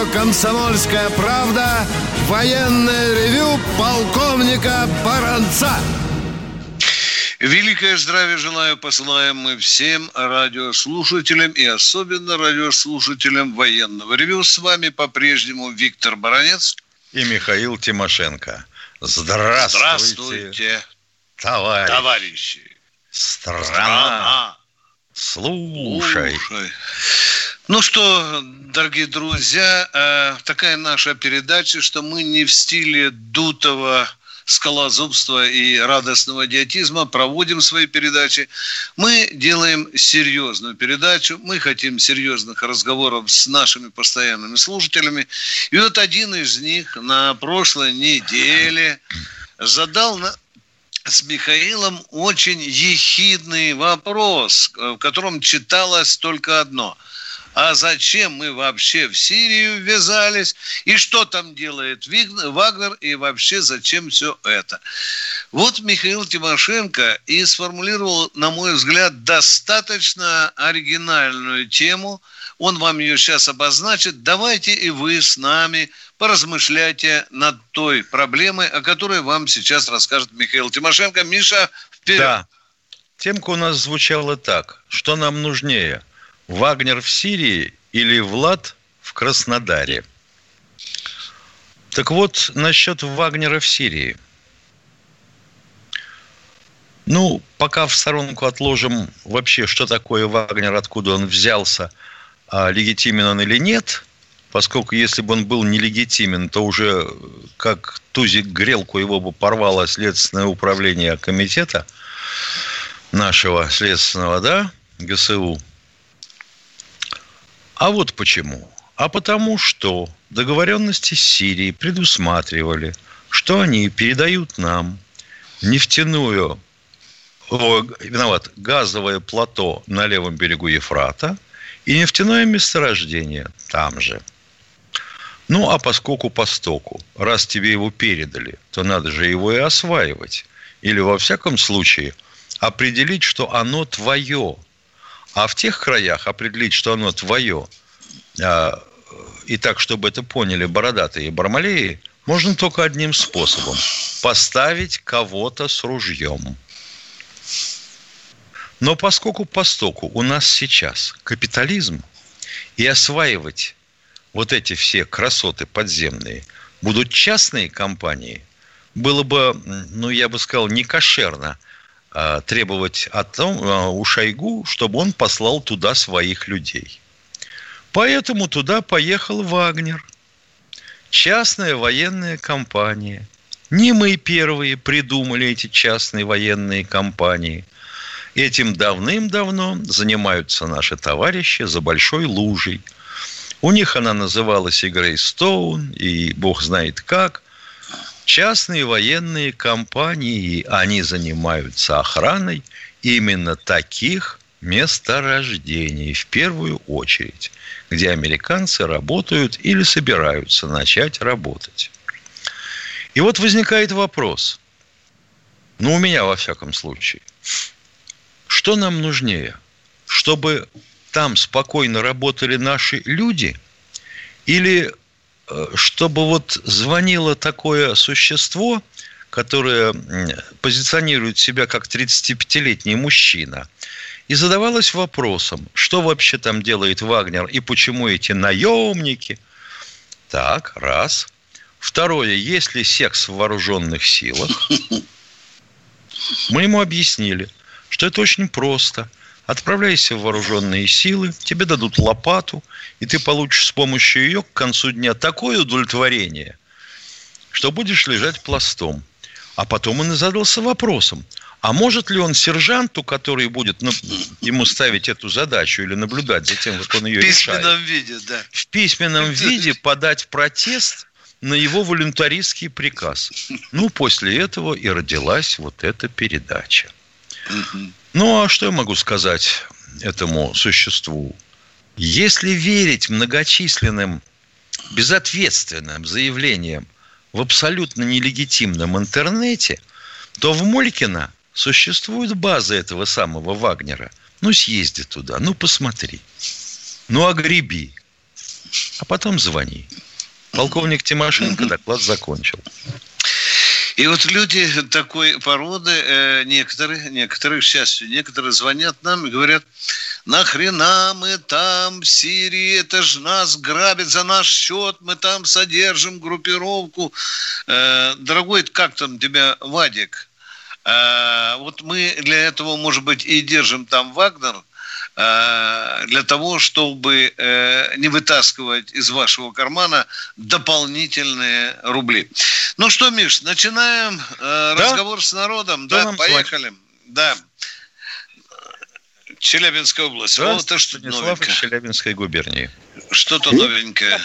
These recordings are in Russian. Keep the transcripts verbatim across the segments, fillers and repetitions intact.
«Комсомольская правда» военное ревю полковника Баранца. Великое здравие желаю посылаем мы всем радиослушателям и особенно радиослушателям военного ревю. С вами по-прежнему Виктор Баранец и Михаил Тимошенко. Здравствуйте, Здравствуйте товарищи. товарищи. Страна, Страна. Слушай. Слушай. Ну что, дорогие друзья, такая наша передача, что мы не в стиле дутого скалозубства и радостного идиотизма проводим свои передачи. Мы делаем серьезную передачу. Мы хотим серьезных разговоров с нашими постоянными слушателями. И вот один из них на прошлой неделе задал с Михаилом очень ехидный вопрос, в котором читалось только одно – а зачем мы вообще в Сирию ввязались? И что там делает Вагнер? И вообще зачем все это? Вот Михаил Тимошенко и сформулировал, на мой взгляд, достаточно оригинальную тему. Он вам ее сейчас обозначит. Давайте и вы с нами поразмышляйте над той проблемой, о которой вам сейчас расскажет Михаил Тимошенко. Миша, вперед! Да. Темка у нас звучала так. Что нам нужнее? Вагнер в Сирии или Влад в Краснодаре? Так вот, насчет Вагнера в Сирии. Ну, пока в сторонку отложим вообще, что такое Вагнер, откуда он взялся, а легитимен он или нет, поскольку если бы он был нелегитимен, то уже как тузик грелку его бы порвало Следственное управление комитета нашего следственного, да, ГСУ. А вот почему. А потому что договоренности с Сирией предусматривали, что они передают нам нефтяную, о, виноват, газовое плато на левом берегу Ефрата и нефтяное месторождение там же. Ну, а поскольку постоку, раз тебе его передали, то надо же его и осваивать. Или, во всяком случае, определить, что оно твое. А в тех краях определить, что оно твое, а, и так, чтобы это поняли бородатые бармалеи, можно только одним способом – поставить кого-то с ружьем. Но поскольку постоку у нас сейчас капитализм, и осваивать вот эти все красоты подземные будут частные компании, было бы, ну, я бы сказал, не кошерно требовать от того, у Шойгу, чтобы он послал туда своих людей. Поэтому туда поехал Вагнер. Частная военная компания. Не мы первые придумали эти частные военные компании. Этим давным-давно занимаются наши товарищи за Большой Лужей. У них она называлась и Грейстоун, и бог знает как. Частные военные компании, они занимаются охраной именно таких месторождений, в первую очередь, где американцы работают или собираются начать работать. И вот возникает вопрос, ну, у меня во всяком случае, что нам нужнее, чтобы там спокойно работали наши люди или чтобы вот звонило такое существо, которое позиционирует себя как тридцатипятилетний мужчина, и задавалось вопросом, что вообще там делает Вагнер и почему эти наемники. Так, раз. Второе, есть ли секс в вооруженных силах? Мы ему объяснили, что это очень просто. Отправляйся в вооруженные силы, тебе дадут лопату, и ты получишь с помощью ее к концу дня такое удовлетворение, что будешь лежать пластом. А потом он и задался вопросом, а может ли он сержанту, который будет ну, ему ставить эту задачу или наблюдать за тем, как он ее решает, в письменном виде, да. в письменном виде подать протест на его волюнтаристский приказ. Ну, после этого и родилась вот эта передача. Ну, а что я могу сказать этому существу? Если верить многочисленным безответственным заявлениям в абсолютно нелегитимном интернете, то в Молькино существует база этого самого Вагнера. Ну, съезди туда, ну, посмотри. Ну, огреби. А потом звони. Полковник Тимошенко доклад закончил. И вот люди такой породы, э, некоторые, некоторые, к счастью, некоторые звонят нам и говорят: нахрена мы там в Сирии, это же нас грабят за наш счет, мы там содержим группировку. Э, дорогой, как там тебя, Вадик? Э, вот мы для этого, может быть, и держим там Вагнер, для того, чтобы не вытаскивать из вашего кармана дополнительные рубли. Ну что, Миш, начинаем да? разговор с народом. Да, да поехали. Звонит. Да. Челябинская область. Да, вот это что новенькое. Челябинской губернии. Что-то новенькое.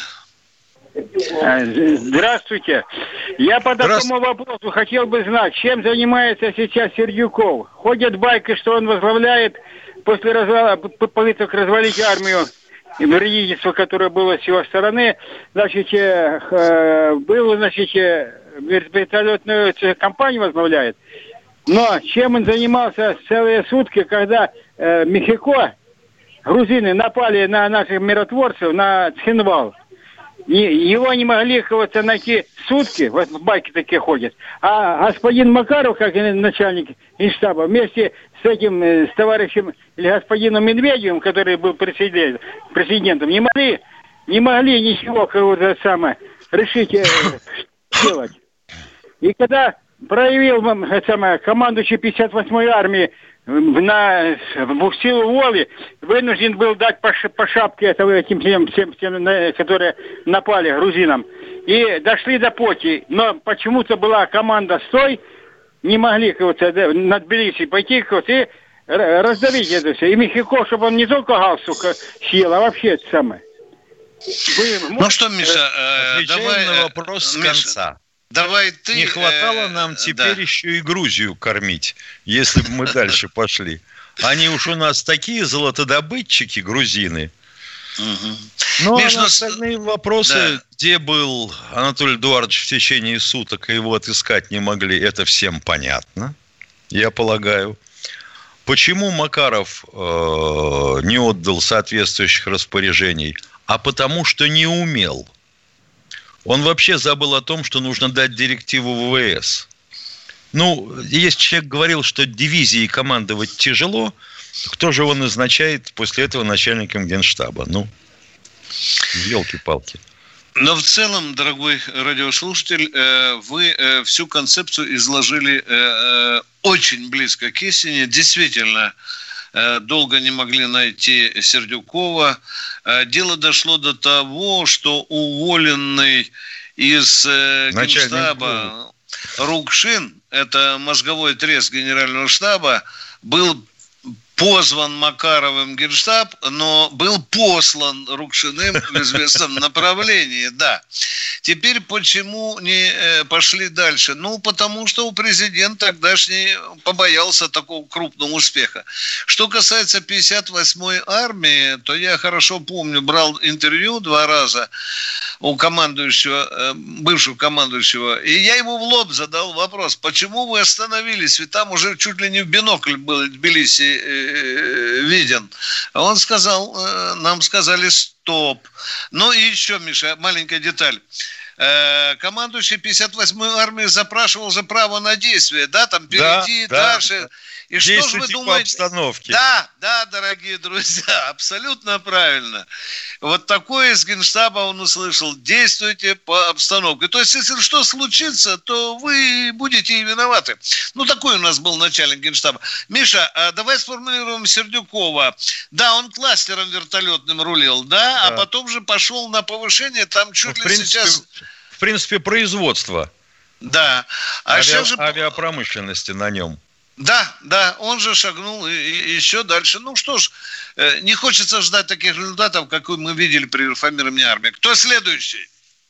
Здравствуйте. Я по такому вопросу хотел бы знать, чем занимается сейчас Сердюков. Ходят байки, что он возглавляет после развала, попыток развалить армию, вредительство, которое было с его стороны, значит, э, был, значит, вертолетную компанию возглавляет. Но чем он занимался целые сутки, когда э, Мехико, грузины напали на наших миротворцев, на Цхинвал. Его не могли кого-то найти сутки, вот байки такие ходят. А господин Макаров, как начальник Генштаба, вместе с этим, с товарищем или господином Медведевым, который был президент, президентом, не могли, не могли ничего кого-то самое решить делать. И когда проявил самое, командующий пятьдесят восьмой армии на, в силу воли, вынужден был дать по, по шапке этого, этим всем, всем, всем, которые напали грузинам. И дошли до Поти. Но почему-то была команда «Стой», не могли кого-то на Тбилиси пойти кого-то и раздавить это все. И Мехико, чтобы он не только галстук съел, а вообще это самое. Вы, ну может, что, Миша, э, давай на вопрос с Миша, конца. Давай ты. Не хватало нам теперь да. еще и Грузию кормить, если бы мы дальше пошли. Они уж у нас такие золотодобытчики, грузины. Ну, а на остальные вопросы, да. где был Анатолий Эдуардович в течение суток, и его отыскать не могли, это всем понятно, я полагаю. Почему Макаров э, не отдал соответствующих распоряжений? А потому что не умел. Он вообще забыл о том, что нужно дать директиву ВВС. Ну, если человек говорил, что дивизией командовать тяжело, кто же его назначает после этого начальником Генштаба? Ну, елки-палки. Но в целом, дорогой радиослушатель, вы всю концепцию изложили очень близко к истине. Действительно, долго не могли найти Сердюкова. Дело дошло до того, что уволенный из Генштаба Рукшин, это мозговой треск генерального штаба, был позван Макаровым Генштаб, но был послан Рукшиным в известном направлении, да. Теперь почему не пошли дальше? Ну, потому что у президента тогдашний побоялся такого крупного успеха. Что касается пятьдесят восьмой армии, то я хорошо помню, брал интервью два раза у командующего, бывшего командующего, и я ему в лоб задал вопрос, почему вы остановились, ведь там уже чуть ли не в бинокль был Тбилиси виден. Он сказал, нам сказали стоп. Ну и еще, Миша, маленькая деталь. Командующий пятьдесят восьмой армии запрашивал же право на действие, да, там перейти да, дальше. Да. И что же вы думаете? По обстановке. Да, да, дорогие друзья, абсолютно правильно. Вот такое из Генштаба он услышал. Действуйте по обстановке. То есть, если что случится, то вы будете и виноваты. Ну, такой у нас был начальник Генштаба. Миша, а давай сформулируем Сердюкова. Да, он кластером вертолетным рулил, да, да. А потом же пошел на повышение, там чуть ну, ли принципе, сейчас... В принципе, производство. Да. А Ави... же... Авиапромышленности на нем. Да, да, он же шагнул и, и еще дальше. Ну что ж, э, не хочется ждать таких результатов, как мы видели при реформировании армии. Кто следующий?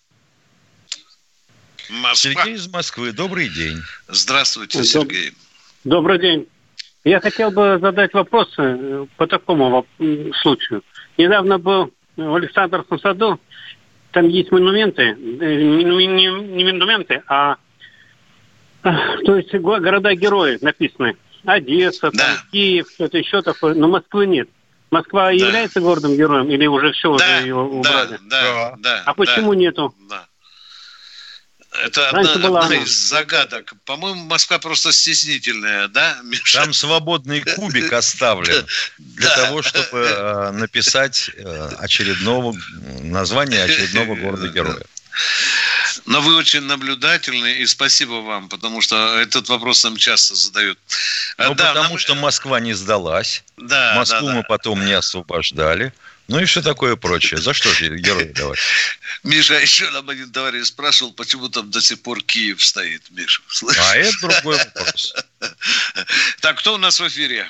Москва. Сергей из Москвы. Добрый день. Здравствуйте, Сергей. Добрый день. Я хотел бы задать вопрос по такому случаю. Недавно был в Александровском саду. Там есть монументы, не, не, не монументы, а то есть города-герои написаны. Одесса, да. там, Киев, что-то еще такое, но Москвы нет. Москва да. является городом-героем или уже все, да, уже его убрали? Да, да, да. А почему да, нету? Да. Это одна, одна из загадок. По-моему, Москва просто стеснительная, да, Миша? Там свободный кубик оставлен для того, чтобы написать очередного название очередного города-героя. Но вы очень наблюдательны, и спасибо вам, потому что этот вопрос нам часто задают. Ну, да, потому нам... что Москва не сдалась, да, Москву да, мы да. потом не освобождали, ну и все такое прочее. За что же герои давать? Миша, еще нам один товарищ спрашивал, почему там до сих пор Киев стоит, Миша. Слышишь? А это другой вопрос. Так, кто у нас в эфире?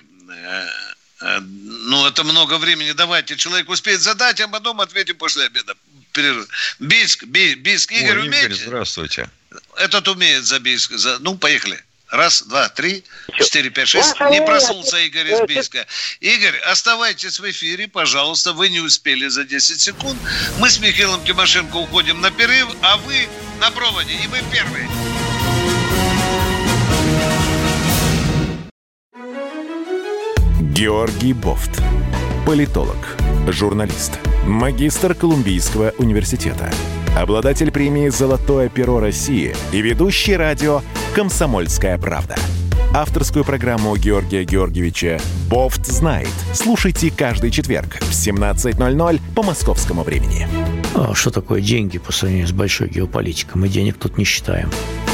Ну, это много времени. Давайте, человек успеет задать, а потом ответим после обеда. Бийск, Бийск. Игорь, Ой, умеете? Игорь, здравствуйте. Этот умеет за Бийск. За... Ну, поехали. Раз, два, три, четыре, пять, шесть. Не проснулся Игорь из Бийска. Игорь, оставайтесь в эфире, пожалуйста. Вы не успели за десять секунд. Мы с Михаилом Тимошенко уходим на перерыв, а вы на проводе. И вы первые. Георгий Бофт. Политолог, журналист, магистр Колумбийского университета, обладатель премии «Золотое перо России» и ведущий радио «Комсомольская правда». Авторскую программу Георгия Георгиевича «Бофт знает». Слушайте каждый четверг в семнадцать ноль ноль по московскому времени. А что такое деньги по сравнению с большой геополитикой? Мы денег тут не считаем.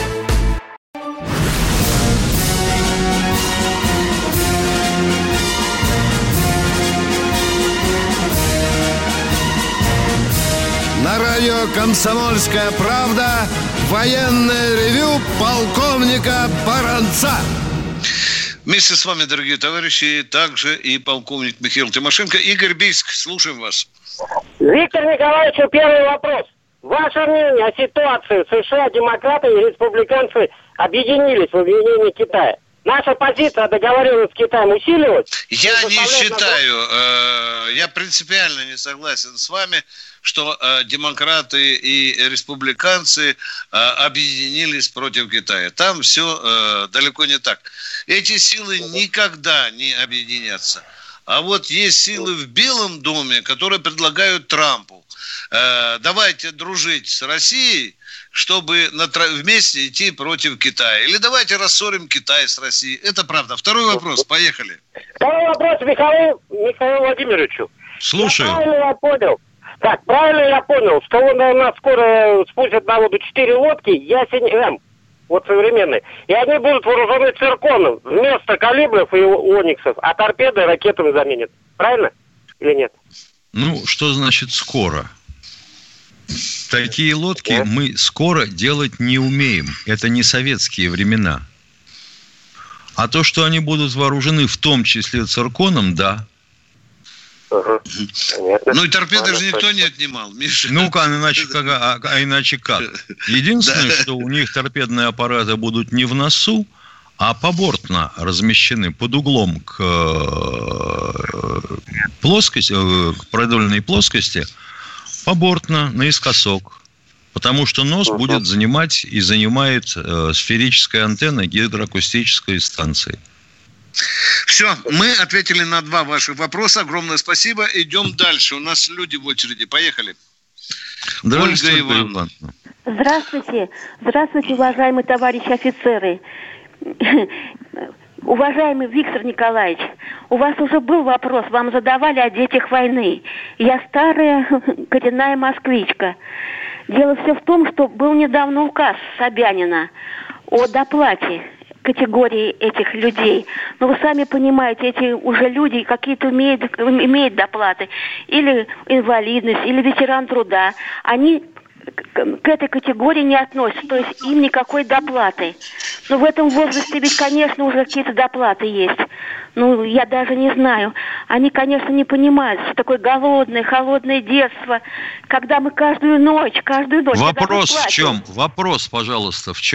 На радио «Комсомольская правда» военное ревю полковника Баранца. Вместе с вами, дорогие товарищи, также и полковник Михаил Тимошенко. Игорь, Бийск, слушаем вас. Виктор Николаевич, первый вопрос. Ваше мнение о ситуации в США? Демократы и республиканцы объединились в обвинении Китая. Наша позиция договоренность с Китаем усиливать? Я не считаю, э, я принципиально не согласен с вами, что э, демократы и республиканцы э, объединились против Китая. Там все э, далеко не так. Эти силы никогда не объединятся. А вот есть силы в Белом доме, которые предлагают Трампу: э, давайте дружить с Россией, чтобы на, вместе идти против Китая. Или давайте рассорим Китай с Россией. Это правда. Второй вопрос. Поехали. Второй вопрос Михаилу, Михаилу Владимировичу. Слушаю. Я правильно я понял? Так, правильно я понял, что он у нас скоро спустят на воду четыре лодки Ясень-М, вот современные, и они будут вооружены цирконом вместо калибров и ониксов, а торпеды ракетами заменят. Правильно или нет? Ну, что значит скоро? Такие лодки yeah. мы скоро делать не умеем. Это не советские времена. А то, что они будут вооружены в том числе цирконом, да. Угу. Ну и торпеды же никто не отнимал, Миша. Ну-ка, иначе как? А, а иначе как? Единственное, да. что у них торпедные аппараты будут не в носу, а побортно размещены под углом к плоскости, к продольной плоскости, побортно, наискосок. Потому что нос uh-huh. будет занимать и занимает э, сферическая антенна гидроакустической станции. Все, мы ответили на два ваших вопроса. Огромное спасибо. Идем дальше. У нас люди в очереди. Поехали. Ольга Ивановна. Здравствуйте. Здравствуйте, уважаемые товарищи офицеры. Уважаемый Виктор Николаевич, у вас уже был вопрос, вам задавали о детях войны. Я старая коренная москвичка. Дело все в том, что был недавно указ Собянина о доплате категории этих людей. Но вы сами понимаете, эти уже люди какие-то имеют, имеют доплаты. Или инвалидность, или ветеран труда. Они к этой категории не относятся, то есть им никакой доплаты. Но в этом возрасте ведь, конечно, уже какие-то доплаты есть. Ну, я даже не знаю. Они, конечно, не понимают, что такое голодное, холодное детство, когда мы каждую ночь, каждую ночь... Вопрос в чем? Вопрос, пожалуйста, в чем?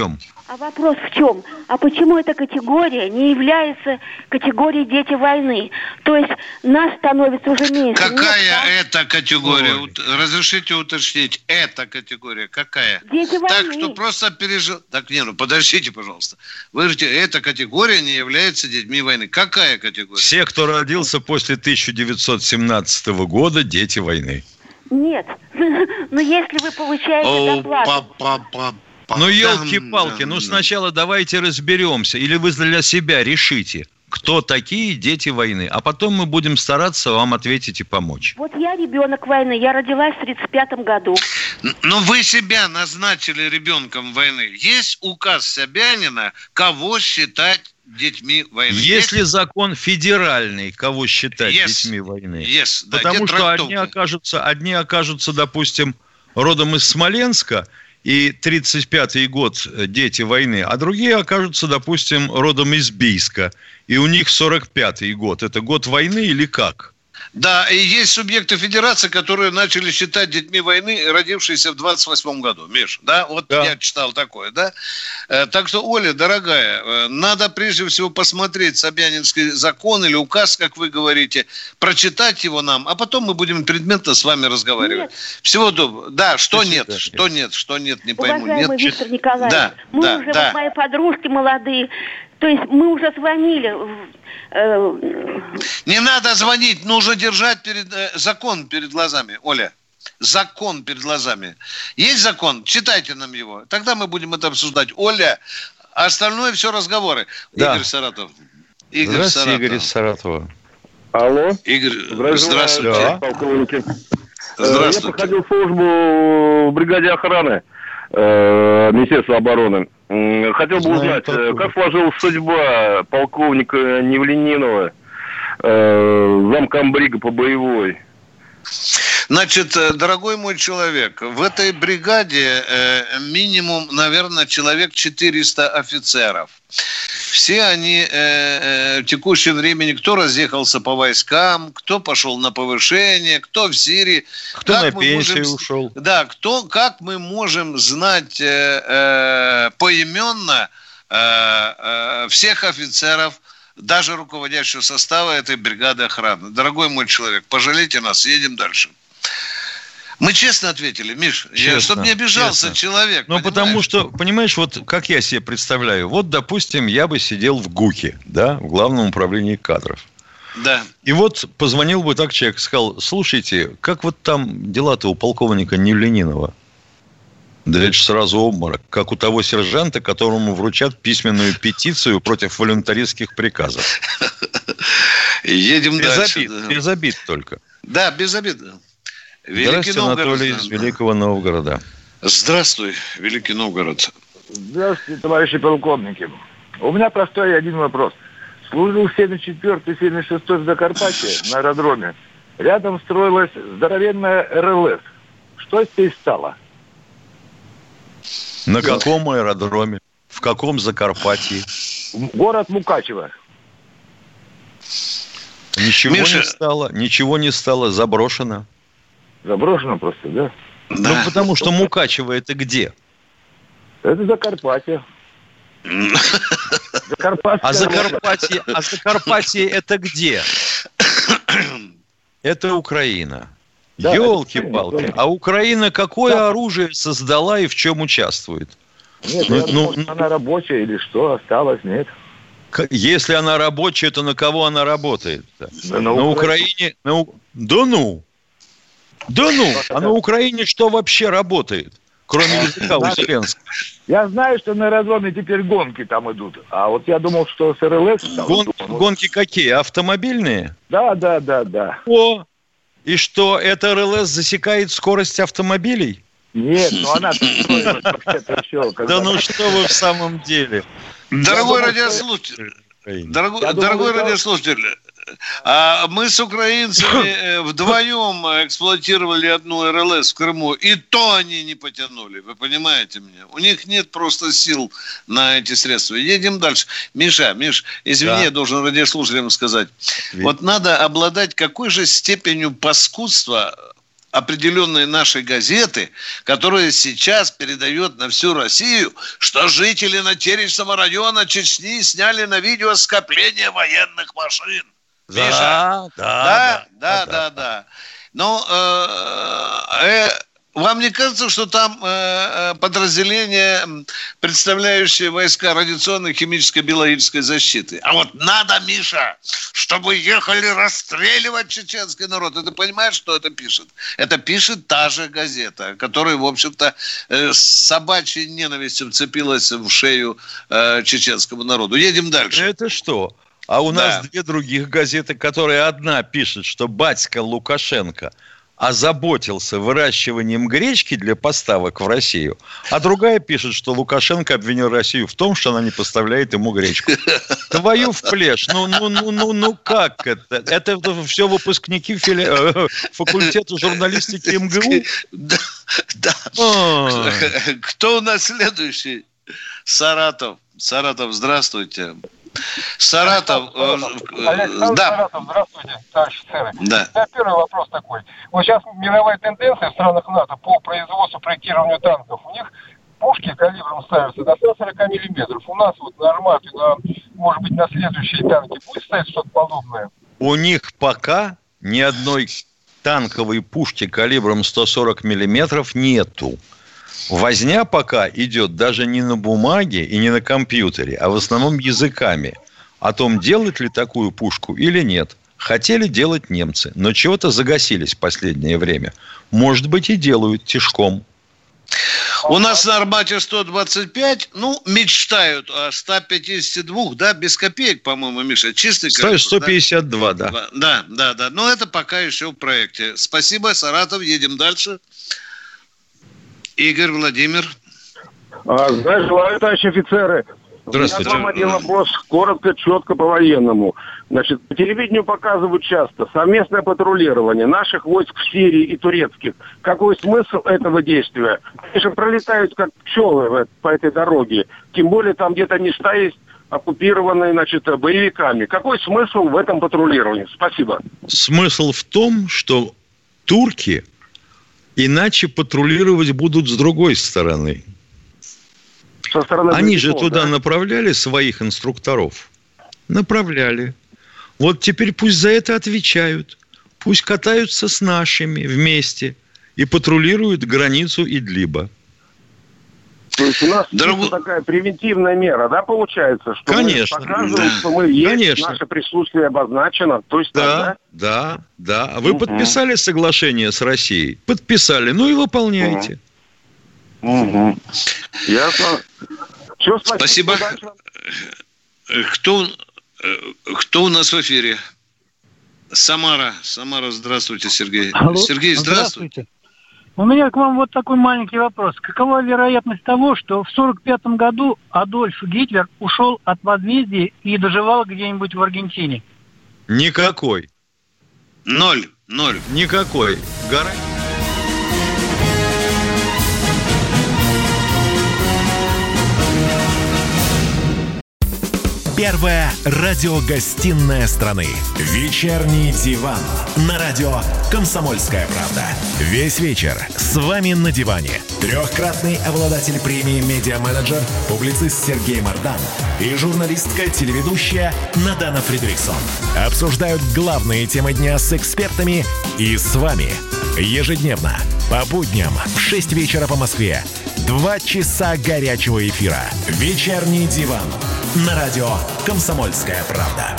А вопрос в чем? А почему эта категория не является категорией дети войны? То есть нас становится уже меньше. Какая Нет, да? это категория? Ой. Разрешите уточнить. Эта категория какая? Дети войны. Так, кто просто пережил... Так, не, ну подождите, пожалуйста. Вы говорите, эта категория не является детьми войны. Какая категория? Все, кто родился после тысяча девятьсот семнадцатого года, дети войны. Нет. Но если вы получаете доплату... Ну, елки-палки, ну сначала давайте разберемся. Или вы для себя решите, кто такие дети войны. А потом мы будем стараться вам ответить и помочь. Вот я ребенок войны. Я родилась в тридцать пятом году. Но вы себя назначили ребенком войны. Есть указ Собянина, кого считать детьми войны? Если есть закон федеральный, кого считать yes. детьми войны. Yes. Да, потому что одни окажутся, одни окажутся, допустим, родом из Смоленска, и тридцать пятый год дети войны, а другие окажутся, допустим, родом из Бийска, и у них сорок пятый год. Это год войны или как? Да, и есть субъекты федерации, которые начали считать детьми войны, родившиеся в двадцать восьмом году, Миш, да? Вот да. Я читал такое, да? Так что, Оля, дорогая, надо прежде всего посмотреть Собянинский закон или указ, как вы говорите, прочитать его нам, а потом мы будем предметно с вами разговаривать. Нет. Всего доброго. Да, что нет, нет, что нет, что нет, не пойму. Уважаемый нет. Виктор Николаевич, да, мы да, уже, да. вот мои подружки молодые, то есть мы уже звонили. Не надо звонить, нужно держать перед, э, закон перед глазами, Оля. Закон перед глазами. Есть закон? Читайте нам его. Тогда мы будем это обсуждать. Оля, остальное все разговоры. Да. Игорь Саратов. Игорь Здравствуйте, Саратов. Игорь из Саратова. Алло. Игорь, здравствуйте. Да. Полковники. Здравствуйте. Я проходил службу в бригаде охраны э, Министерства обороны. Хотел бы Знаю, узнать, такого. как сложилась судьба полковника Невленинова, э, замкомбрига по боевой. Значит, дорогой мой человек, в этой бригаде э, минимум, наверное, человек четыреста офицеров. Все они э, э, в текущем времени, кто разъехался по войскам, кто пошел на повышение, кто в Сирии. Кто как на пенсию можем, ушел. Да, кто, как мы можем знать э, э, поименно э, э, всех офицеров, даже руководящего состава этой бригады охраны. Дорогой мой человек, пожалейте нас, едем дальше. Мы честно ответили, Миш, честно, чтобы не обижался честно. Человек. Ну, потому что, понимаешь, вот как я себе представляю, вот, допустим, я бы сидел в ГУКе, да, в Главном управлении кадров. Да. И вот позвонил бы так человек и сказал, слушайте, как вот там дела-то у полковника Невленинова? Да это же сразу обморок, как у того сержанта, которому вручат письменную петицию против волюнтаристских приказов. Едем без дальше. Обид, да. Без обид только. Да, без обид. Великий Здравствуйте, Новгород, Анатолий да. из Великого Новгорода. Здравствуй, Великий Новгород. Здравствуйте, товарищи полковники. У меня простой один вопрос. Служил в семьдесят четвёртой, семьдесят шестой в Закарпатье на аэродроме. Рядом строилась здоровенная эр эл эс. Что здесь стало? На Все. Каком аэродроме? В каком Закарпатье? Город Мукачево. Ничего Миша... не стало, ничего не стало, заброшено. Заброшено просто, да? Да. Ну, потому что Мукачево это где? Это Закарпатье. А Закарпатье, а Закарпатье это где? Это Украина. Да, елки-палки. А Украина какое да. оружие создала и в чем участвует? Нет, ну, ну, может, она рабочая или что? Осталось, нет? Если она рабочая, то на кого она работает? Да, на, на Украине. На... Да ну! Да ну! А на Украине что вообще работает? Кроме языка уселенского. Я знаю, что на аэродроме теперь гонки там идут. А вот я думал, что с эр эл эс... Гон... Гонки какие? Автомобильные? Да, да, да, да. О! И что, это эр эл эс засекает скорость автомобилей? Нет, ну она вообще-то еще... Да ну что вы в самом деле? Дорогой радиослушатель, дорогой радиослушатель, а мы с украинцами вдвоем эксплуатировали одну эр эл эс в Крыму, и то они не потянули, вы понимаете меня? У них нет просто сил на эти средства. Едем дальше. Миша, Миш, извини, да. я должен радиослушателям сказать. Ведь... Вот надо обладать какой же степенью паскудства, определенные наши газеты, которые сейчас передают на всю Россию, что жители Натеречного района Чечни сняли на видео скопление военных машин. Да, Миша? да, да, да, да, да, да. Но э, э, вам не кажется, что там э, подразделение, представляющее войска радиационной, химической, биологической защиты? А вот надо, Миша, чтобы ехали расстреливать чеченский народ. И ты понимаешь, что это пишет? Это пишет та же газета, которая, в общем-то, э, с собачьей ненавистью вцепилась в шею э, чеченскому народу. Едем дальше. Это что? А у Да. нас две других газеты, которые одна пишет, что батька Лукашенко озаботился выращиванием гречки для поставок в Россию, а другая пишет, что Лукашенко обвинил Россию в том, что она не поставляет ему гречку. Твою в плешь. Ну, ну, ну, ну, ну как это? Это все выпускники фили... факультета журналистики эм гэ у? Да, да. Кто у нас следующий? Саратов. Саратов, здравствуйте. Саратов. Александр Да. Саратов, здравствуйте, товарищ офицеры. Да. Да, первый вопрос такой. Вот сейчас мировая тенденция в странах НАТО по производству, проектированию танков. У них пушки калибром ставятся до ста сорока миллиметров. У нас вот на «Армату», на, может быть, на следующие танки будет ставить что-то подобное? У них пока ни одной танковой пушки калибром сто сорок миллиметров нету. Возня пока идет даже не на бумаге и не на компьютере, а в основном языками. О том, делать ли такую пушку или нет. Хотели делать немцы, но чего-то загасились в последнее время. Может быть, и делают тишком. У нас на «Арбате» сто двадцать пять, ну, мечтают о ста пятидесяти двух, да, без копеек, по-моему, Миша, чистый калибр. сто пятьдесят два, да. да. Да, да, да, но это пока еще в проекте. Спасибо, Саратов, едем дальше. Игорь, Владимир. А, знаешь, желаю, товарищи офицеры. Здравствуйте. У меня к вам один вопрос, коротко, четко, по-военному. Значит, по телевидению показывают часто совместное патрулирование наших войск в Сирии и турецких. Какой смысл этого действия? Они же пролетают как пчелы по этой дороге. Тем более там где-то места есть, оккупированные, значит, боевиками. Какой смысл в этом патрулировании? Спасибо. Смысл в том, что турки иначе патрулировать будут с другой стороны. Со стороны Они же боевиков, туда да? направляли своих инструкторов. Направляли. Вот теперь пусть за это отвечают. Пусть катаются с нашими вместе и патрулируют границу Идлиба. То есть у нас Дорогу... такая превентивная мера, да, получается? Что Конечно. Мы показываем, Да. что мы есть, Конечно. наше присутствие обозначено. То есть, Да, тогда... да, да. А вы Угу. подписали соглашение с Россией? Подписали. Ну и выполняйте. Угу. Ясно. Все, Спасибо. Кто, кто у нас в эфире? Самара. Самара, здравствуйте, Сергей. Алло. Сергей, здравствуйте. У меня к вам вот такой маленький вопрос. Какова вероятность того, что в сорок пятом году Адольф Гитлер ушел от возмездия и доживал где-нибудь в Аргентине? Никакой. Ноль. Ноль. Никакой. Гора... Первая радиогостинная страны. Вечерний диван. На радио «Комсомольская правда». Весь вечер с вами на диване. Трехкратный обладатель премии «Медиа-менеджер», публицист Сергей Мардан и журналистка-телеведущая Надана Фридриксон. Обсуждают главные темы дня с экспертами и с вами. Ежедневно, по будням, в шесть вечера по Москве. Два часа горячего эфира. Вечерний диван. На радио «Комсомольская правда».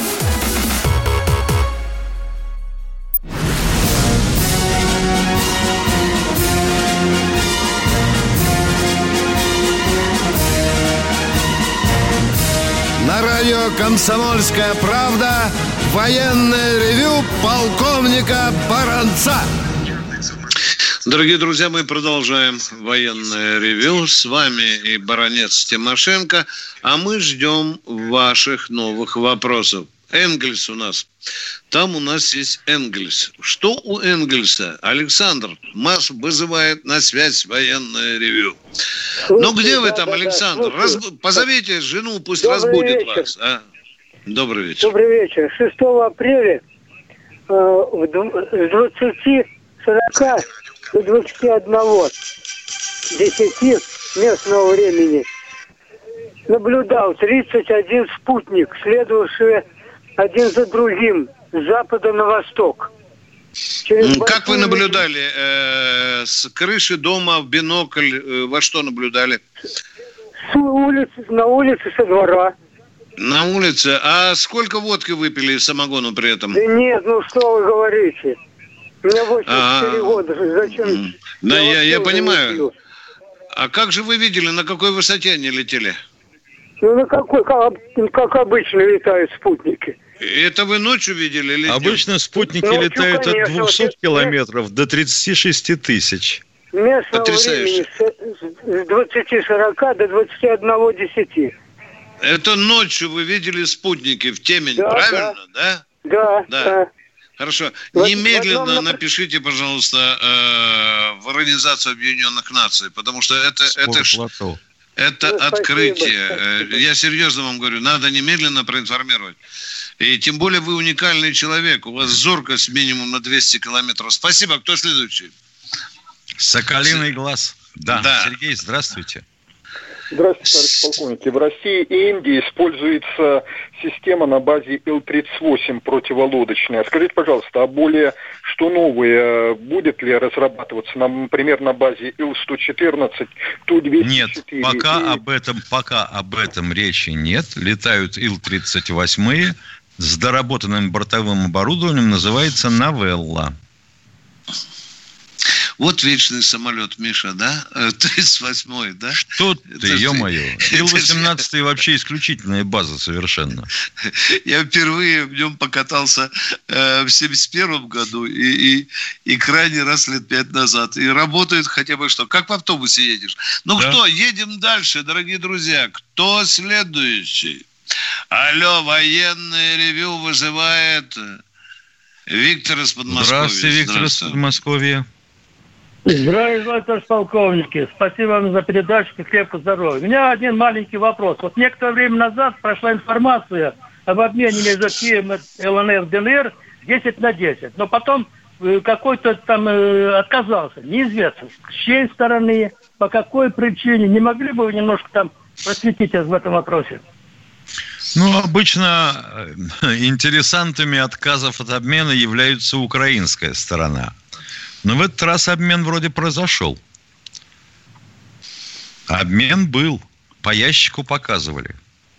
На радио «Комсомольская правда» военное ревю полковника Баранца. Дорогие друзья, мы продолжаем военное ревю. С вами и баронец Тимошенко. А мы ждем ваших новых вопросов. Энгельс у нас. Там у нас есть Энгельс. Что у Энгельса? Александр нас вызывает на связь военное ревю. Ну, где вы там, Александр? Раз... Позовите жену, пусть Добрый разбудит вечер. вас. А? Добрый вечер. Добрый вечер. шестого апреля э, в двадцати сорока до двадцати одного десяти местного времени наблюдал тридцать один спутник, следовавшие один за другим с запада на восток. Через как вы наблюдали? Э, с крыши дома в бинокль э, во что наблюдали? С улицы, на улице, со двора. На улице. А сколько водки выпили и самогону при этом? Да нет, ну что вы говорите? У меня восемьдесят четыре года. Зачем? Да, я, я, я понимаю. А как же вы видели, на какой высоте они летели? Ну, на какой, как, как обычно летают спутники. Это вы ночью видели или обычно днем? Спутники Ночью, летают конечно, от двухсот вот, километров до тридцати шести тысяч. Местного времени с двадцати сорока до двадцати одного десяти. Это ночью вы видели спутники в темень, да, правильно, да? Да, да. да. Хорошо. В, Немедленно в одном... напишите, пожалуйста, э, в Организацию Объединенных Наций, потому что это, это, это ну, открытие. Спасибо. Я серьезно вам говорю, надо немедленно проинформировать. И тем более вы уникальный человек, у вас зоркость минимум на двести километров. Спасибо. Кто следующий? Соколиный глаз. Да. да. Сергей, здравствуйте. Здравствуйте, товарищ полковник. В России и Индии используется система на базе Ил тридцать восемь противолодочная. Скажите, пожалуйста, а более что новое будет ли разрабатываться, например, на базе Ил сто четырнадцать, Ту двести четыре? Нет, пока и... об этом, пока об этом речи нет. Летают Ил тридцать восемь с доработанным бортовым оборудованием, называется «Новелла». Вот вечный самолет, Миша, да? тридцать восьмой, да? Что ты, ё-моё. Ил восемнадцать вообще исключительная база совершенно. Я впервые в нем покатался э, в семьдесят первом году и, и, и крайний раз лет пять назад. И работает хотя бы что? Как в автобусе едешь. Ну да. Кто? Едем дальше, дорогие друзья. Кто следующий? Алло, военное ревю вызывает Виктор из Подмосковья. Здравствуйте, Виктор из Подмосковья. Здравия, товарищ полковники. Спасибо вам за передачу, крепкого здоровья. У меня один маленький вопрос. Вот некоторое время назад прошла информация об обмене между Киевом и ЛНР, ДНР десять на десять. Но потом какой-то там отказался. Неизвестно, с чьей стороны, по какой причине. Не могли бы вы немножко там просветить в этом вопросе? Ну, обычно интересантами отказов от обмена является украинская сторона. Но в этот раз обмен вроде произошел. Обмен был. По ящику показывали.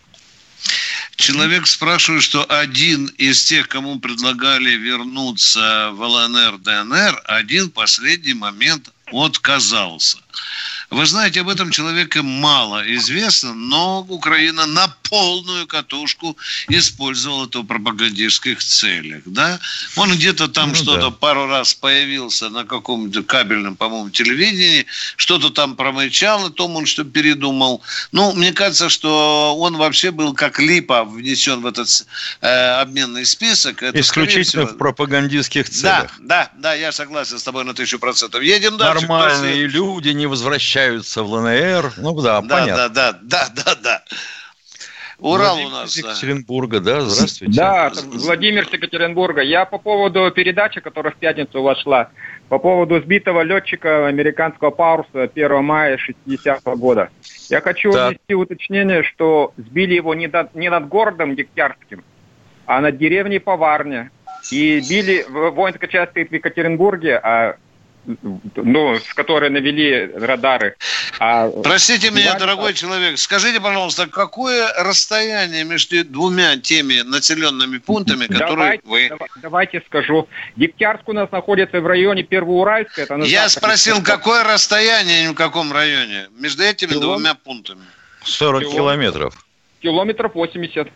Человек спрашивает, что один из тех, кому предлагали вернуться в ЛНР, ДНР, один в последний момент отказался. Вы знаете, об этом человеке мало известно, но Украина на полную катушку использовала это в пропагандистских целях. Да? Он где-то там ну, что-то да. пару раз появился на каком-то кабельном, по-моему, телевидении, что-то там промычал, и том он что передумал. Ну, мне кажется, что он вообще был как липа внесен в этот э, обменный список. Это, исключительно всего... в пропагандистских целях. Да, да, да, я согласен с тобой на тысячу процентов. Едем дальше. Нормальные люди не возвращаются в ЛНР. Ну да, да понятно. Да, да, да, да, да. Урал Владимир у нас. Из Екатеринбурга, да, здравствуйте. Да, Владимир из Екатеринбурга. Я по поводу передачи, которая в пятницу вошла, по поводу сбитого летчика американского Пауэрса первого мая шестидесятого года. Я хочу да. внести уточнение, что сбили его не, до, не над городом Дегтярским, а над деревней Поварня. И били в воинской части в Екатеринбурге, а ну, с которой навели радары. А Простите меня, Иван... дорогой человек, скажите, пожалуйста, какое расстояние между двумя теми населенными пунктами, которые давайте, вы... Давайте, давайте скажу. Дегтярск у нас находится в районе Первоуральска. Это Я спросил, какое расстояние и в каком районе между этими Килом... двумя пунктами? сорок Килом... километров. Километров восемьдесят.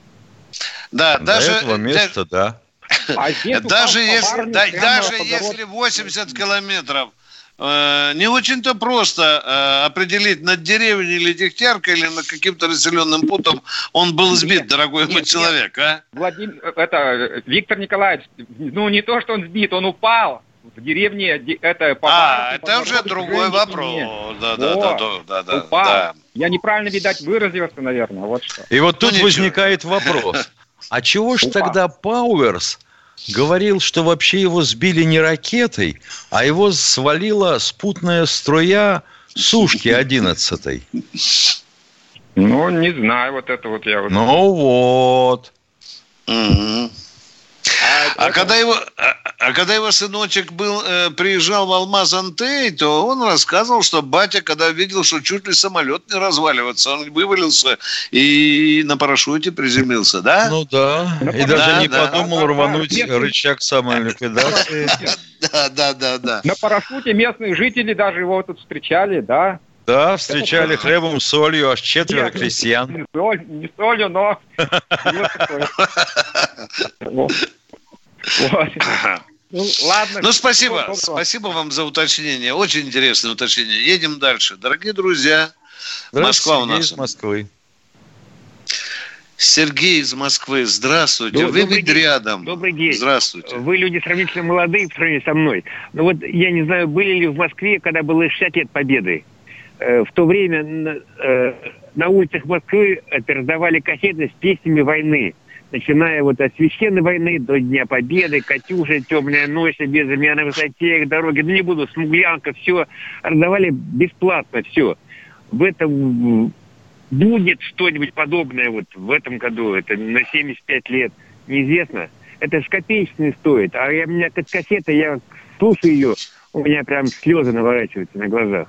Да, До даже... этого места, да. А даже если, да, даже если восемьдесят километров, э, не очень-то просто э, определить, над деревней или Дегтяркой, или над каким-то населенным пунктом он был сбит, нет, дорогой нет, мой человек, нет. а? Владимир, это, Виктор Николаевич, ну не то, что он сбит, он упал. В деревне это... А, это уже другой вопрос. Да, да, да, да, да, упал. да. Я неправильно, видать, выразился, наверное, вот что. И вот тут ну, возникает вопрос. А чего ж тогда Пауэрс говорил, что вообще его сбили не ракетой, а его свалила спутная струя Сушки одиннадцатой. Ну, не знаю, вот это вот я... Вот... Ну вот. Угу. А, а, когда его, а, а когда его сыночек был, э, приезжал в Алмаз-Антей, то он рассказывал, что батя, когда видел, что чуть ли самолет не разваливается, он вывалился и на парашюте приземлился, да? Ну да, и да, даже да, не да. подумал рвануть Нет. рычаг самоликвидации. Да, да, да, да. На парашюте местные жители даже его тут встречали, да? Да, встречали это... хлебом, солью, аж четверо Нет, крестьян. Не, соль, не солью, но... Ну, ладно. Ну, спасибо. Спасибо вам за уточнение. Очень интересное уточнение. Едем дальше. Дорогие друзья, Москва у нас. Из Москвы. Сергей из Москвы. Здравствуйте. Вы ведь день. рядом. Добрый день. Здравствуйте. Вы люди сравнительно молодые в сравнении со мной. Но вот я не знаю, были ли в Москве, когда было шестьдесят лет Победы. В то время на улицах Москвы раздавали кассеты с песнями войны. Начиная вот от Священной войны до Дня Победы, Катюша, Темная ночь, Безымя на высоте, дороги, ну не буду, Смуглянка, все раздавали бесплатно, все. В этом будет что-нибудь подобное вот в этом году, это на семьдесят пять лет, неизвестно. Это ж копеечный стоит, а я, у меня как кассета, я слушаю ее, у меня прям слезы наворачиваются на глазах.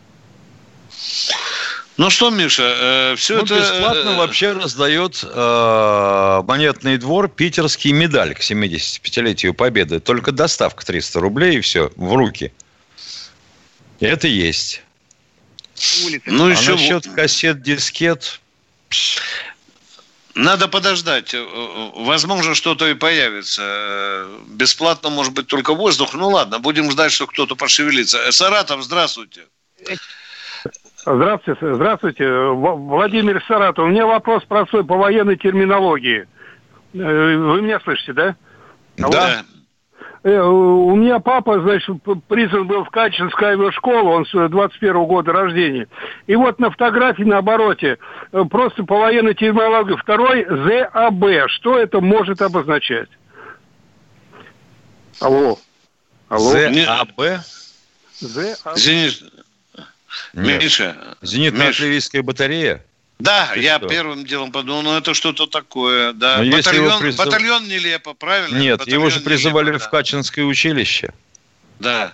Ну что, Миша, э, все ну, это... бесплатно вообще раздает э, монетный двор питерский медаль к семидесятипятилетию Победы. Только доставка триста рублей и все, в руки. И это есть. Ну, а еще... насчет кассет, дискет... Надо подождать. Возможно, что-то и появится. Бесплатно, может быть, только воздух. Ну ладно, будем ждать, что кто-то пошевелится. Саратов, здравствуйте. Здравствуйте, здравствуйте, Владимир Саратов. У меня вопрос простой по военной терминологии. Вы меня слышите, да? Да. У меня папа, значит, призван был в Качинскую авиашколу, он с двадцать первого года рождения. И вот на фотографии на обороте просто по военной терминологии второй ЗАБ. Что это может обозначать? Алло. Алло. ЗАБ? ЗАБ. Зенит... Нет. Миша. Зенитно-артиллерийская батарея? Да, Ты я что? первым делом подумал, ну это что-то такое, да. Но Батальон, призыв... батальон нелепо, правильно? Нет, батальон его же призывали нелепо, в Качинское училище. Да.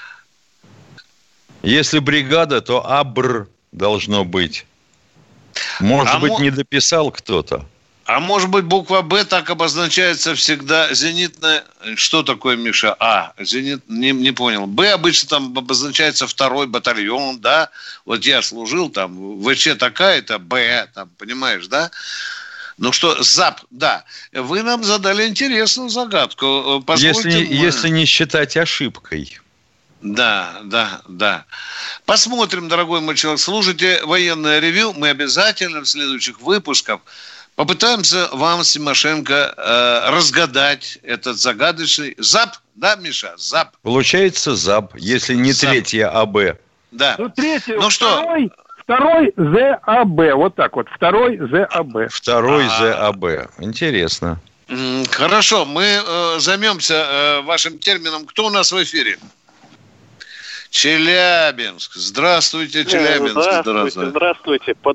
Если бригада, то АБР должно быть. Может а быть, мо... не дописал кто-то. А может быть, буква «Б» так обозначается всегда зенитная... Что такое, Миша? А, зенит... Не, не понял. «Б» обычно там обозначается второй батальон, да? Вот я служил там, ВЧ такая-то, «Б», там, понимаешь, да? Ну что, ЗАП, да. Вы нам задали интересную загадку. Если, мы... если не считать ошибкой. Да, да, да. Посмотрим, дорогой мой человек. Слушайте военное ревью. Мы обязательно в следующих выпусках попытаемся вам с Тимошенко э, разгадать этот загадочный ЗАП, да, Миша? ЗАП. Получается ЗАП, если не ЗАП. Третье АБ. Да. Ну, третье, ну что? Второй, второй ЗАБ, вот так вот, второй ЗАБ. Второй А-а-а. ЗАБ, интересно. Хорошо, мы э, займемся э, вашим термином. Кто у нас в эфире? Челябинск. Здравствуйте, Челябинск. Здравствуйте, здравствуйте. здравствуйте. Под...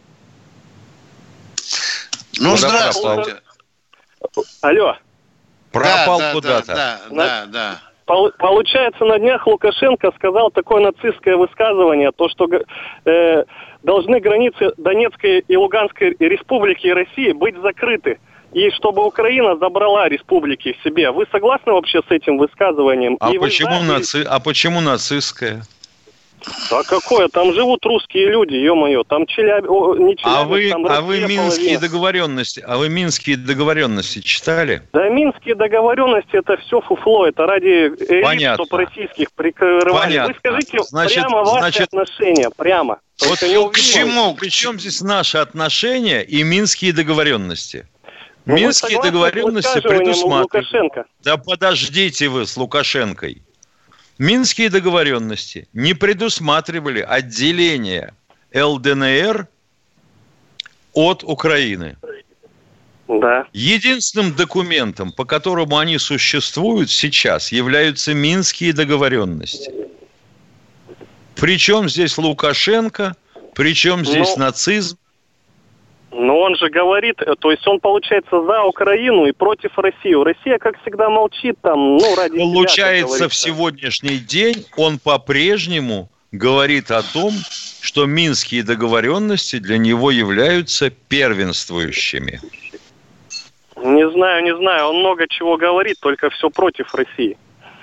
Ну, куда здравствуйте. Пропал? Алло. Пропал да, куда-то. Да, да, да, да. Получается, на днях Лукашенко сказал такое нацистское высказывание, то, что э, должны границы Донецкой и Луганской республики и России быть закрыты. И чтобы Украина забрала республики себе. Вы согласны вообще с этим высказыванием? А, и почему, знаете... наци... а почему нацистская? Да какое? Там живут русские люди, ё-моё. Там Челяб... О, не Челябинск, а вы, там а вы Россия минские половина. договоренности, а вы минские договоренности читали? Да, минские договоренности это все фуфло, это ради элит, чтоб российских прикрывали. Понятно. Вы скажите значит, прямо ваши значит, отношения, прямо. Вот не к чему? К чему здесь наши отношения и минские договоренности? Но минские договоренности предусматривают. Да подождите вы с Лукашенкой. Минские договоренности не предусматривали отделение ЛДНР от Украины. Да. Единственным документом, по которому они существуют сейчас, являются Минские договоренности. Причем здесь Лукашенко, причем здесь Но... нацизм. Но он же говорит, то есть он, получается, за Украину и против России. Россия, как всегда, молчит там, ну, ради себя. Получается, в сегодняшний день он по-прежнему говорит о том, что Минские договоренности для него являются первенствующими. Не знаю, не знаю. Он много чего говорит, только все против России.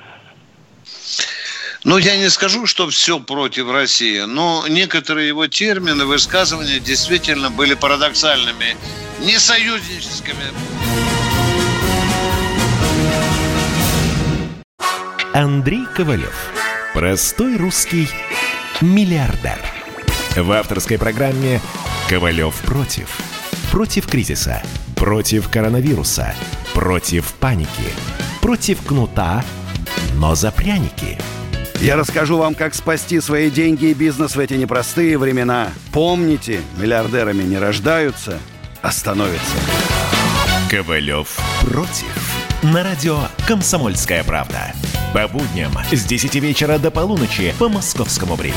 Ну, я не скажу, что все против России, но некоторые его термины, высказывания действительно были парадоксальными, не союзническими. Андрей Ковалев. Простой русский миллиардер. В авторской программе «Ковалев против». Против кризиса, против коронавируса, против паники, против кнута, но за пряники. Я расскажу вам, как спасти свои деньги и бизнес в эти непростые времена. Помните, миллиардерами не рождаются, а становятся. Ковалев против. На радио «Комсомольская правда». По будням с десяти вечера до полуночи по московскому времени.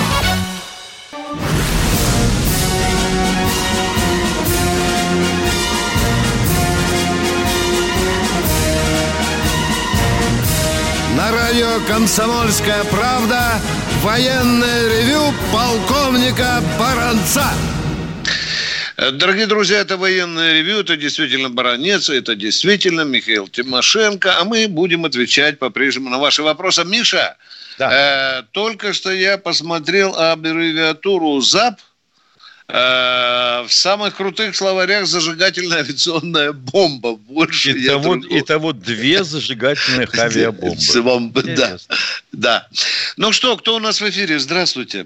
На радио «Комсомольская правда» военное ревю полковника Баранца. Дорогие друзья, это военное ревю, это действительно Баранец, это действительно Михаил Тимошенко, а мы будем отвечать по-прежнему на ваши вопросы. Миша, да. э, только что я посмотрел аббревиатуру ЗАП, э, в самых крутых словарях зажигательная авиационная бомба. Больше Итого, итого две зажигательных авиабомбы. Да, да. Ну что, кто у нас в эфире? Здравствуйте.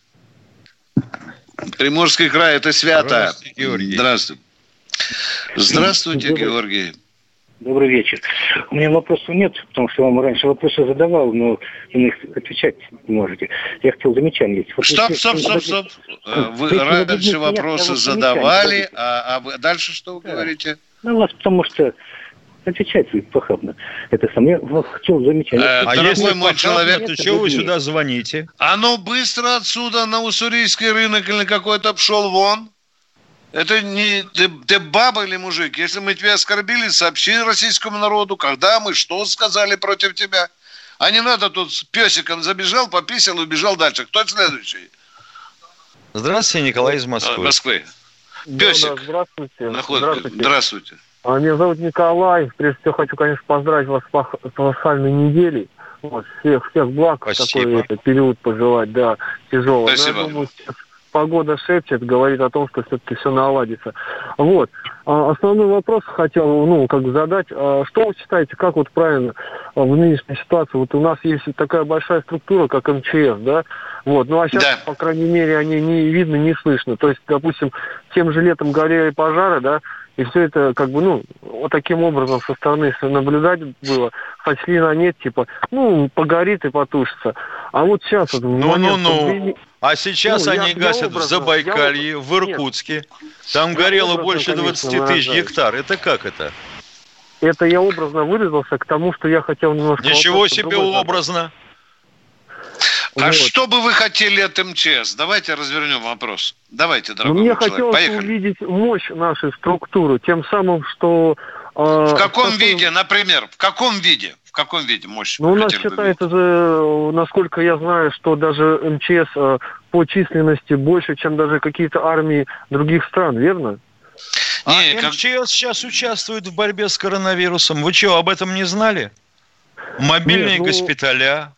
Приморский край, это свято. Здравствуйте, Георгий. Здравствуйте. Здравствуйте, Добрый. Георгий. Добрый вечер. У меня вопросов нет, потому что я вам раньше вопросы задавал, но вы на них отвечать не можете. Я хотел замечание. Вот стоп, если... стоп, стоп, стоп. Вы если раньше вопросы нет, задавали, а, а дальше что вы да. говорите? Ну, у вас потому что отвечать похабно. Это сам я хотел замечать. А, а если мой человек, то чего вы сюда звоните? А ну быстро отсюда на уссурийский рынок или какой-то пшел вон. Это не... Ты, ты баба или мужик? Если мы тебя оскорбили, сообщи российскому народу, когда мы что сказали против тебя. А не надо тут с песиком забежал, пописал и убежал дальше. Кто следующий? Здравствуйте, Николай из Москвы. Москвы. Песик. Да, да, здравствуйте. Наход... Здравствуйте. Здравствуйте. Меня зовут Николай. Прежде всего хочу, конечно, поздравить вас с пасхальной неделей. Вот, всех, всех благ. Спасибо. Такой это, период пожелать, да, тяжелый. Спасибо. Но я думаю, сейчас погода шепчет, говорит о том, что все-таки все наладится. Вот. А основной вопрос хотел, ну, как бы задать. А что вы считаете, как вот правильно в нынешней ситуации? Вот у нас есть такая большая структура, как эм че эс, да? Вот. Ну, а сейчас, да. по крайней мере, они не видно, не слышно. То есть, допустим, тем же летом горели пожары, да, и все это, как бы, ну, вот таким образом со стороны наблюдать было, сочли на нет, типа, ну, погорит и потушится. А вот сейчас... Вот, Ну-ну-ну. Времени... А сейчас ну, они я, гасят я образно, в Забайкалье, я... в Иркутске. Нет. Там я горело образно, больше двадцать тысяч гектар. Это как это? Это я образно выразился к тому, что я хотел немножко... Ничего себе образно. А вот. Что бы вы хотели от эм че эс? Давайте развернем вопрос. Давайте, дорогой Мне человек, хотелось поехали. увидеть мощь нашей структуры, тем самым, что... Э, в каком что... виде, например? В каком виде? В каком виде мощь? Ну, у нас считается же, насколько я знаю, что даже эм че эс э, по численности больше, чем даже какие-то армии других стран, верно? А не, эм че эс как... сейчас участвует в борьбе с коронавирусом. Вы что, об этом не знали? Мобильные Нет, ну... госпиталя...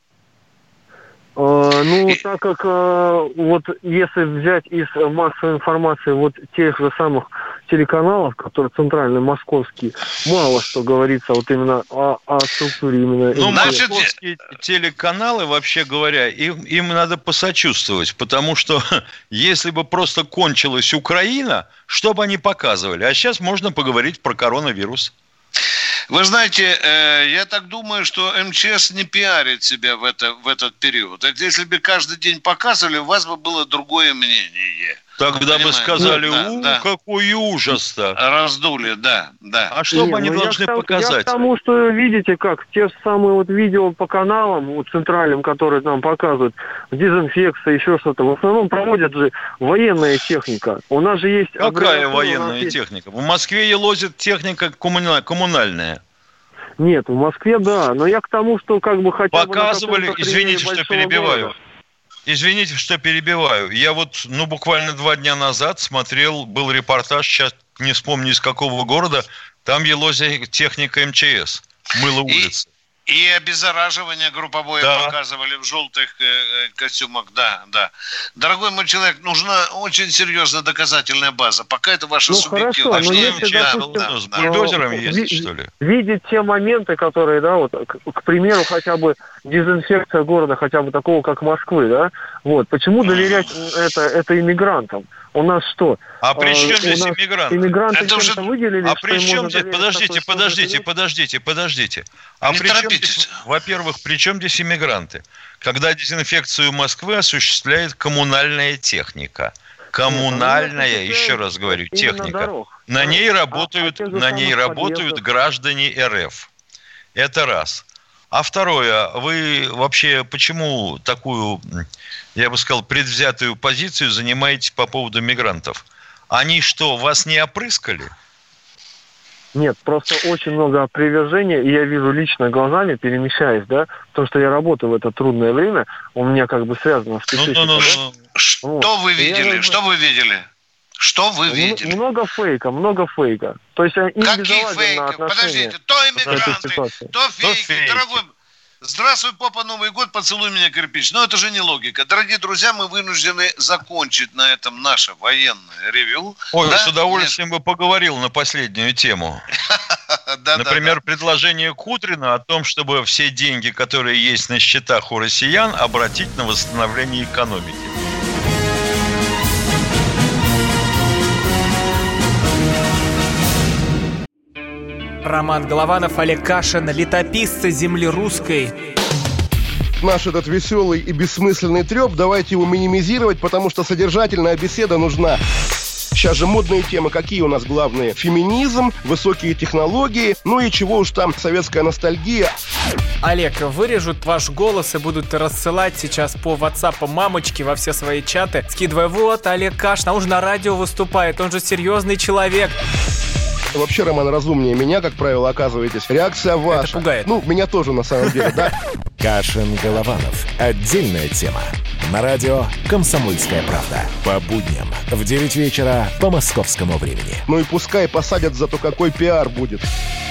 Uh, ну, и... так как uh, вот если взять из массовой информации вот тех же самых телеканалов, которые центральные, московские, мало что говорится вот именно о, о структуре именно. Ну, московские телеканалы, вообще говоря, им, им надо посочувствовать, потому что если бы просто кончилась Украина, что бы они показывали? А сейчас можно поговорить про коронавирус. Вы знаете, э, я так думаю, что эм че эс не пиарит себя в, это, в этот период. Это если бы каждый день показывали, у вас бы было другое мнение. Тогда бы сказали, да, у, да. какой ужас-то. Раздули, да, да. А что бы они ну, должны я показать? Я к тому, что видите, как те же самые вот видео по каналам, вот центральным, которые нам показывают, дезинфекция, еще что-то. В основном проводят же военная техника. У нас же есть... Какая военная есть... техника? В Москве елозит техника коммунальная. Нет, в Москве, да. Но я к тому, что как бы хотя Показывали, бы... извините, что перебиваю. Города. Извините, что перебиваю. Я вот, ну, буквально два дня назад смотрел, был репортаж, сейчас не вспомню из какого города, там елозит техника эм че эс, мыла улицы. И обеззараживание групповое да. показывали в желтых э, костюмах, да, да. Дорогой мой человек, нужна очень серьезная доказательная база. Пока это ваша ну, субъективная. А что эм че эс, допустим, да, с бульдозером да. ездит, ви- что ли? Видеть те моменты, которые, да, вот, к, к примеру, хотя бы дезинфекция города, хотя бы такого, как Москвы, да, вот, почему доверять это, это иммигрантам? У нас что? А при чем здесь иммигранты? Иммигранты это уже... выделили, а при чем здесь... Подождите, подождите, подождите, подождите. А не при чем здесь... Во-первых, при чем здесь иммигранты? Когда дезинфекцию Москвы осуществляет коммунальная техника. Коммунальная, Нет, еще раз говорю, техника. Дорог. На да. ней работают, а, а на ней работают граждане эр эф. Это раз. А второе, вы вообще почему такую, я бы сказал, предвзятую позицию занимаете по поводу мигрантов? Они что, вас не опрыскали? Нет, просто очень много привержения, и я вижу лично глазами, перемещаясь, да, потому что я работаю в это трудное время, у меня как бы связано с ну, ну, ну, ну. Что вот. вы видели? Я... Что вы видели? Что вы видели? Много фейка, много фейка. То есть им какие фейки? Подождите, то иммигранты, то фейки, то фейки. Дорогой, здравствуй, папа, Новый год, поцелуй меня, кирпич. Но это же не логика. Дорогие друзья, мы вынуждены закончить на этом наше военное ревью. Ой, да? С удовольствием бы поговорил на последнюю тему. Например, предложение Кудрина о том, чтобы все деньги, которые есть на счетах у россиян, обратить на восстановление экономики. Роман Голованов, Олег Кашин, летописцы земли русской. Наш этот веселый и бессмысленный треп, давайте его минимизировать, потому что содержательная беседа нужна. Сейчас же модные темы, какие у нас главные? Феминизм, высокие технологии, ну и чего уж там, советская ностальгия. Олег, вырежут ваш голос и будут рассылать сейчас по WhatsApp мамочки во все свои чаты, скидывая, вот, Олег Кашин, а он же на радио выступает, он же серьезный человек. Вообще, Роман, разумнее меня, как правило, оказываетесь. Реакция ваша. Это пугает. Ну, меня тоже, на самом деле, да? Кашин-Голованов. Отдельная тема. На радио «Комсомольская правда». По будням в девять вечера по московскому времени. Ну и пускай посадят, зато какой пиар будет.